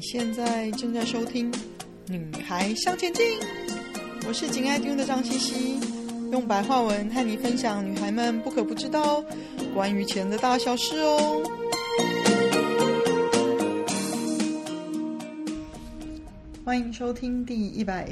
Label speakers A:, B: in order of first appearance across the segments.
A: 现在正在收听《女孩向前进》，我是紧爱听的张茜茜，用白话文和你分享女孩们不可不知道关于钱的大小事哦。欢迎收听第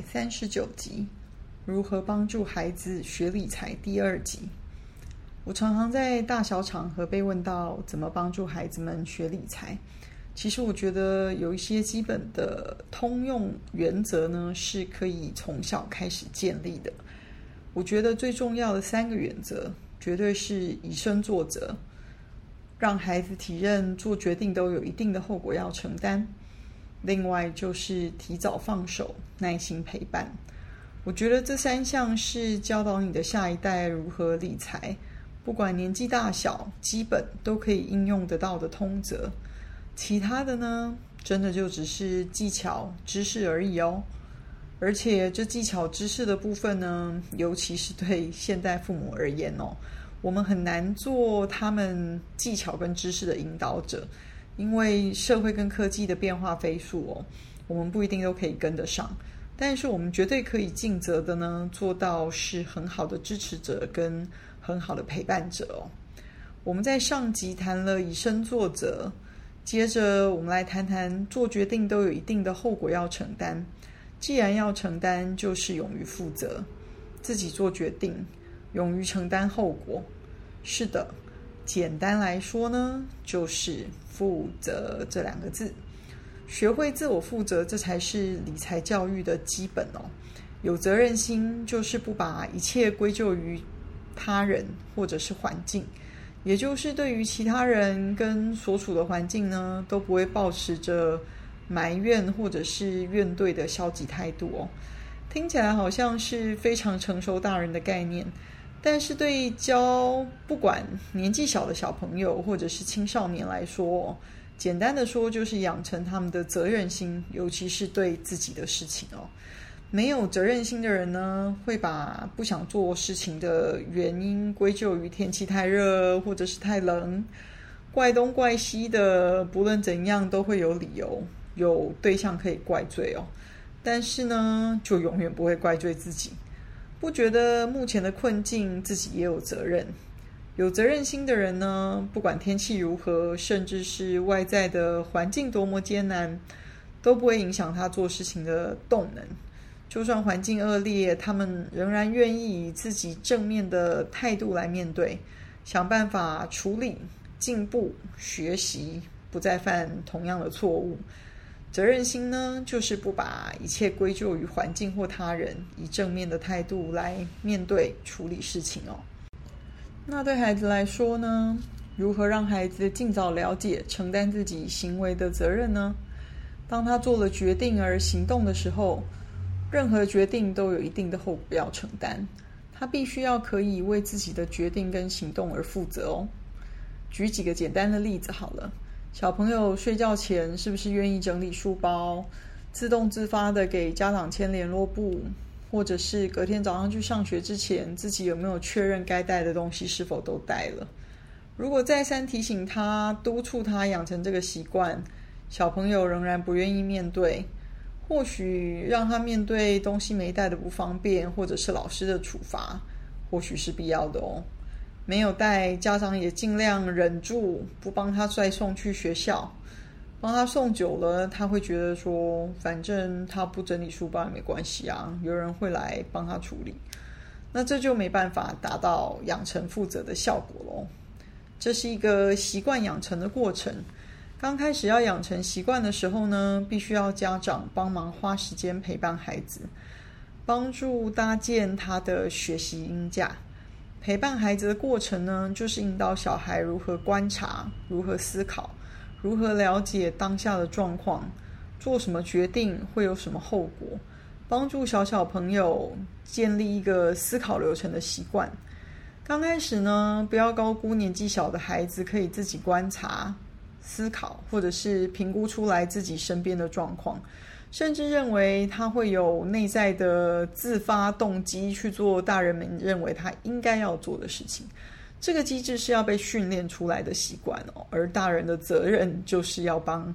A: 139集，如何帮助孩子学理财第2集。我常常在大小场合被问到怎么帮助孩子们学理财。其实我觉得有一些基本的通用原则呢，是可以从小开始建立的。我觉得最重要的3个原则，绝对是以身作则，让孩子体认做决定都有一定的后果要承担。另外就是提早放手，耐心陪伴。我觉得这3项是教导你的下一代如何理财，不管年纪大小，基本都可以应用得到的通则。其他的呢，真的就只是技巧知识而已哦。而且这技巧知识的部分呢，尤其是对现代父母而言哦，我们很难做他们技巧跟知识的引导者，因为社会跟科技的变化飞速哦，我们不一定都可以跟得上。但是我们绝对可以尽责的呢，做到是很好的支持者跟很好的陪伴者哦。我们在上集谈了以身作则，接着我们来谈谈做决定都有一定的后果要承担。既然要承担，就是勇于负责，自己做决定，勇于承担后果。是的，简单来说呢，就是负责这2个字。学会自我负责，这才是理财教育的基本哦。有责任心，就是不把一切归咎于他人或者是环境，也就是对于其他人跟所处的环境呢，都不会抱持着埋怨或者是怨怼的消极态度哦。听起来好像是非常成熟大人的概念，但是对教不管年纪小的小朋友或者是青少年来说，简单的说就是养成他们的责任心，尤其是对自己的事情哦。没有责任心的人呢，会把不想做事情的原因归咎于天气太热或者是太冷，怪东怪西的，不论怎样都会有理由，有对象可以怪罪哦。但是呢，就永远不会怪罪自己，不觉得目前的困境自己也有责任。有责任心的人呢，不管天气如何，甚至是外在的环境多么艰难，都不会影响他做事情的动能。就算环境恶劣，他们仍然愿意以自己正面的态度来面对，想办法处理、进步、学习，不再犯同样的错误。责任心呢，就是不把一切归咎于环境或他人，以正面的态度来面对、处理事情哦。那对孩子来说呢，如何让孩子尽早了解、承担自己行为的责任呢？当他做了决定而行动的时候，任何决定都有一定的后果要承担，他必须要可以为自己的决定跟行动而负责哦。举几个简单的例子好了，小朋友睡觉前是不是愿意整理书包，自动自发的给家长签联络簿，或者是隔天早上去上学之前，自己有没有确认该带的东西是否都带了。如果再三提醒他、督促他养成这个习惯，小朋友仍然不愿意面对，或许让他面对东西没带的不方便，或者是老师的处罚，或许是必要的哦。没有带，家长也尽量忍住，不帮他再送去学校。帮他送久了，他会觉得说，反正他不整理书包也没关系啊，有人会来帮他处理。那这就没办法达到养成负责的效果咯。这是一个习惯养成的过程。刚开始要养成习惯的时候呢，必须要家长帮忙花时间陪伴孩子，帮助搭建他的学习鹰架。陪伴孩子的过程呢，就是引导小孩如何观察、如何思考、如何了解当下的状况，做什么决定会有什么后果，帮助小朋友建立一个思考流程的习惯。刚开始呢，不要高估年纪小的孩子可以自己观察、思考，或者是评估出来自己身边的状况，甚至认为他会有内在的自发动机去做大人们认为他应该要做的事情。这个机制是要被训练出来的习惯哦，而大人的责任就是要帮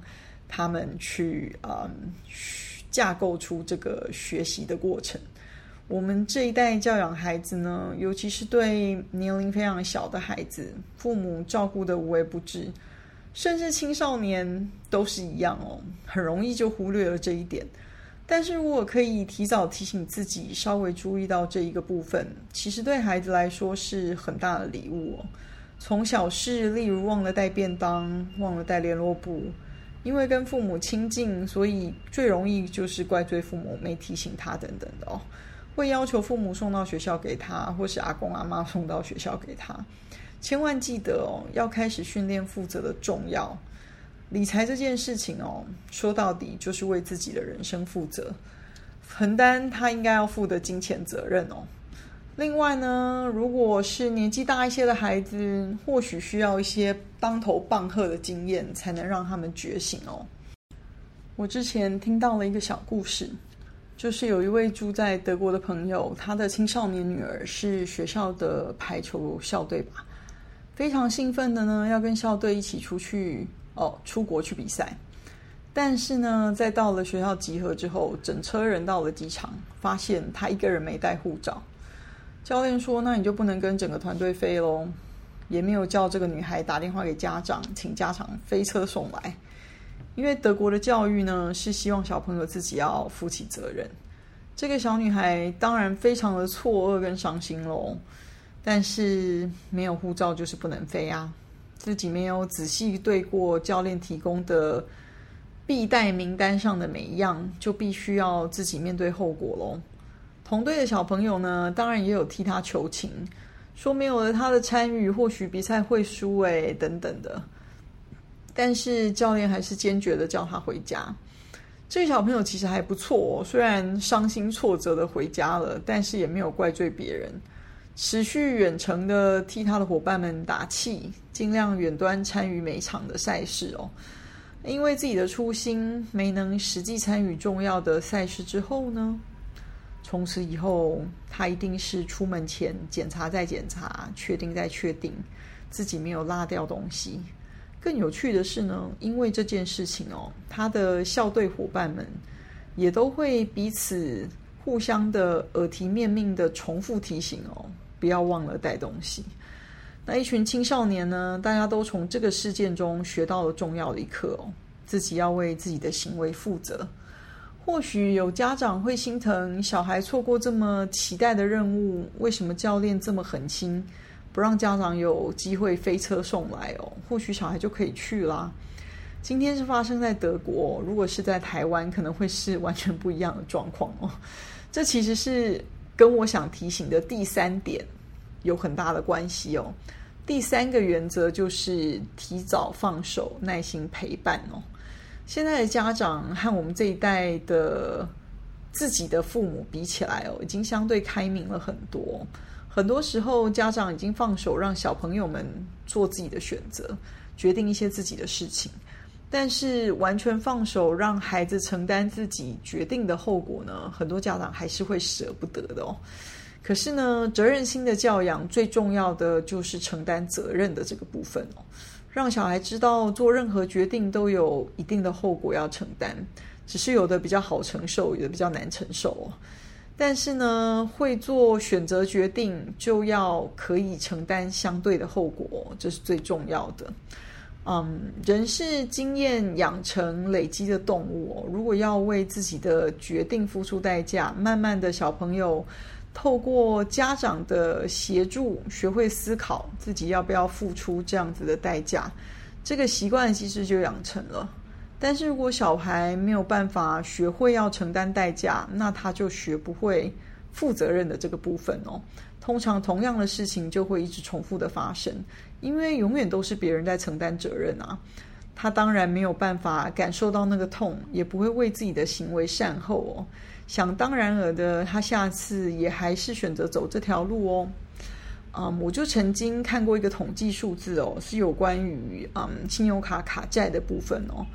A: 他们去架构出这个学习的过程。我们这一代教养孩子呢，尤其是对年龄非常小的孩子，父母照顾的无微不至，甚至青少年都是一样哦，很容易就忽略了这一点。但是如果可以提早提醒自己，稍微注意到这一个部分，其实对孩子来说是很大的礼物哦。从小事，例如忘了带便当，忘了带联络簿，因为跟父母亲近，所以最容易就是怪罪父母没提醒他等等的哦。会要求父母送到学校给他，或是阿公阿嬷送到学校给他。千万记得哦，要开始训练负责的重要。理财这件事情哦，说到底就是为自己的人生负责，承担他应该要负的金钱责任哦。另外呢，如果是年纪大一些的孩子，或许需要一些当头棒喝的经验，才能让他们觉醒哦。我之前听到了一个小故事，就是有一位住在德国的朋友，他的青少年女儿是学校的排球校队吧，非常兴奋的呢，要跟校队一起出国去比赛。但是呢，在到了学校集合之后，整车人到了机场，发现他一个人没带护照。教练说，那你就不能跟整个团队飞咯，也没有叫这个女孩打电话给家长，请家长飞车送来。因为德国的教育呢，是希望小朋友自己要负起责任。这个小女孩当然非常的错愕跟伤心咯，但是没有护照就是不能飞啊，自己没有仔细对过教练提供的必带名单上的每一样，就必须要自己面对后果咯。同队的小朋友呢，当然也有替他求情，说没有了他的参与，或许比赛会输等等的。但是教练还是坚决的叫他回家。这个小朋友其实还不错哦，虽然伤心挫折的回家了，但是也没有怪罪别人，持续远程的替他的伙伴们打气，尽量远端参与每场的赛事哦。因为自己的初心没能实际参与重要的赛事之后呢，从此以后他一定是出门前检查再检查，确定再确定自己没有落掉东西。更有趣的是呢，因为这件事情哦，他的校队伙伴们也都会彼此互相的耳提面命的重复提醒哦，不要忘了带东西。那一群青少年呢，大家都从这个事件中学到了重要的一课哦，自己要为自己的行为负责。或许有家长会心疼小孩错过这么期待的任务，为什么教练这么狠心，不让家长有机会飞车送来哦？或许小孩就可以去啦。今天是发生在德国，如果是在台湾，可能会是完全不一样的状况哦。这其实是跟我想提醒的第3点有很大的关系哦。第3个原则就是提早放手，耐心陪伴哦。现在的家长和我们这一代的自己的父母比起来哦，已经相对开明了很多。很多时候家长已经放手让小朋友们做自己的选择，决定一些自己的事情。但是完全放手让孩子承担自己决定的后果呢，很多家长还是会舍不得的哦。可是呢，责任心的教养最重要的就是承担责任的这个部分哦。让小孩知道做任何决定都有一定的后果要承担，只是有的比较好承受，有的比较难承受哦。但是呢，会做选择决定就要可以承担相对的后果，这是最重要的。人是经验养成累积的动物哦，如果要为自己的决定付出代价，慢慢的小朋友透过家长的协助，学会思考自己要不要付出这样子的代价，这个习惯其实就养成了。但是如果小孩没有办法学会要承担代价，那他就学不会负责任的这个部分哦。通常同样的事情就会一直重复的发生，因为永远都是别人在承担责任啊。他当然没有办法感受到那个痛，也不会为自己的行为善后哦。想当然尔的，他下次也还是选择走这条路哦。我就曾经看过一个统计数字哦，是有关于信用卡卡债的部分哦。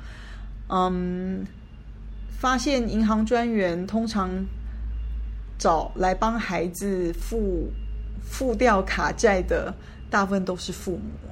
A: 发现银行专员通常找来帮孩子付掉卡债的，大部分都是父母哦。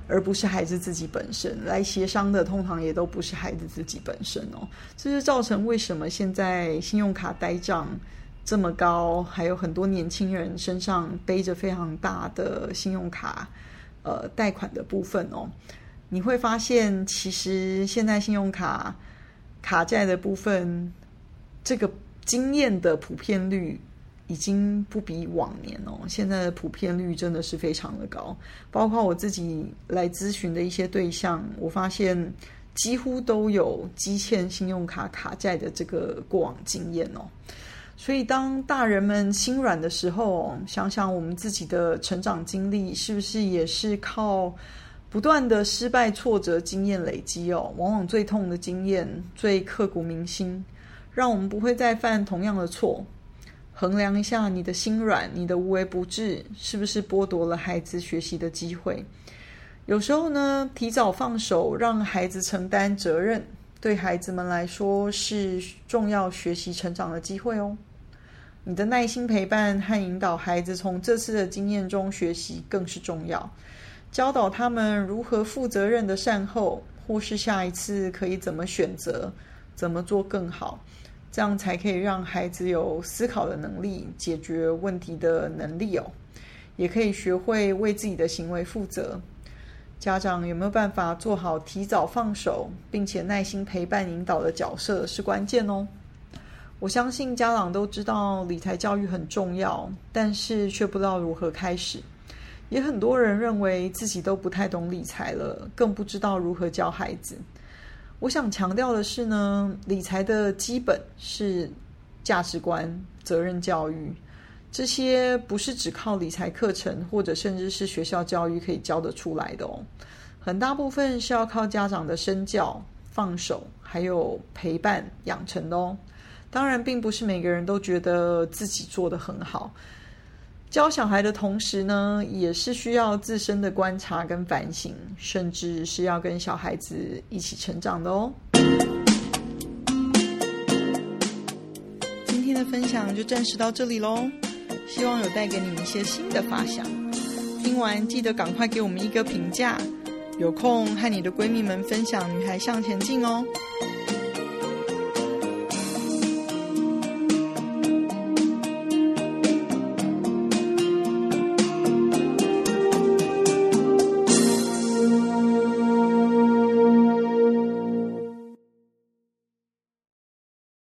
A: 而不是孩子自己本身。来协商的通常也都不是孩子自己本身哦。这是造成为什么现在信用卡呆账这么高，还有很多年轻人身上背着非常大的信用卡贷款的部分哦。你会发现其实现在信用卡卡债的部分，这个经验的普遍率已经不比往年哦，现在的普遍率真的是非常的高。包括我自己来咨询的一些对象，我发现几乎都有积欠信用卡卡债的这个过往经验哦。所以当大人们心软的时候，想想我们自己的成长经历，是不是也是靠不断的失败挫折经验累积哦？往往最痛的经验最刻骨铭心，让我们不会再犯同样的错。衡量一下你的心软，你的无微不至，是不是剥夺了孩子学习的机会？有时候呢，提早放手，让孩子承担责任，对孩子们来说是重要学习成长的机会哦。你的耐心陪伴和引导孩子从这次的经验中学习更是重要。教导他们如何负责任的善后，或是下一次可以怎么选择，怎么做更好，这样才可以让孩子有思考的能力，解决问题的能力哦，也可以学会为自己的行为负责。家长有没有办法做好提早放手，并且耐心陪伴引导的角色是关键哦。我相信家长都知道理财教育很重要，但是却不知道如何开始。也很多人认为自己都不太懂理财了，更不知道如何教孩子。我想强调的是呢，理财的基本是价值观、责任教育，这些不是只靠理财课程或者甚至是学校教育可以教得出来的哦。很大部分是要靠家长的身教、放手还有陪伴养成的哦。当然并不是每个人都觉得自己做得很好，教小孩的同时呢，也是需要自身的观察跟反省，甚至是要跟小孩子一起成长的哦。今天的分享就暂时到这里咯，希望有带给你们一些新的发想。听完记得赶快给我们一个评价，有空和你的闺蜜们分享《女孩向前进》哦。